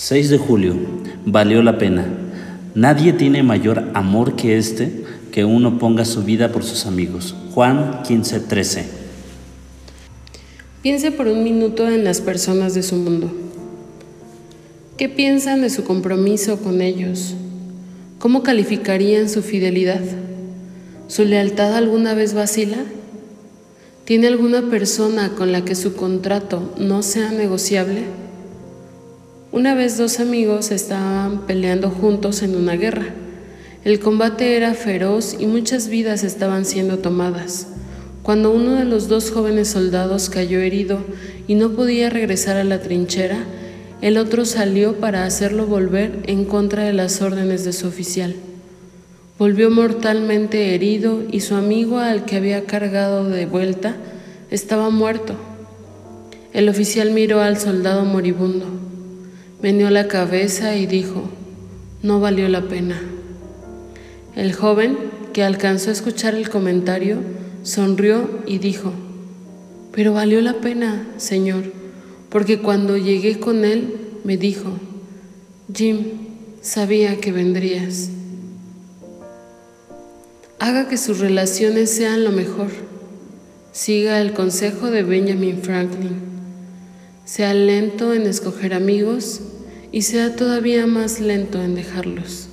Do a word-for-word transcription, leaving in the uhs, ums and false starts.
seis de julio. Valió la pena. Nadie tiene mayor amor que este, que uno ponga su vida por sus amigos. Juan quince, trece. Piense por un minuto en las personas de su mundo. ¿Qué piensan de su compromiso con ellos? ¿Cómo calificarían su fidelidad? ¿Su lealtad alguna vez vacila? ¿Tiene alguna persona con la que su contrato no sea negociable? Una vez dos amigos estaban peleando juntos en una guerra. El combate era feroz y muchas vidas estaban siendo tomadas. Cuando uno de los dos jóvenes soldados cayó herido y no podía regresar a la trinchera, el otro salió para hacerlo volver en contra de las órdenes de su oficial. Volvió mortalmente herido y su amigo al que había cargado de vuelta estaba muerto. El oficial miró al soldado moribundo, meneó la cabeza y dijo: «No valió la pena». El joven, que alcanzó a escuchar el comentario, sonrió y dijo: «Pero valió la pena, señor, porque cuando llegué con él me dijo: Jim, sabía que vendrías». Haga que sus relaciones sean lo mejor. Siga el consejo de Benjamin Franklin. Sea lento en escoger amigos y sea todavía más lento en dejarlos.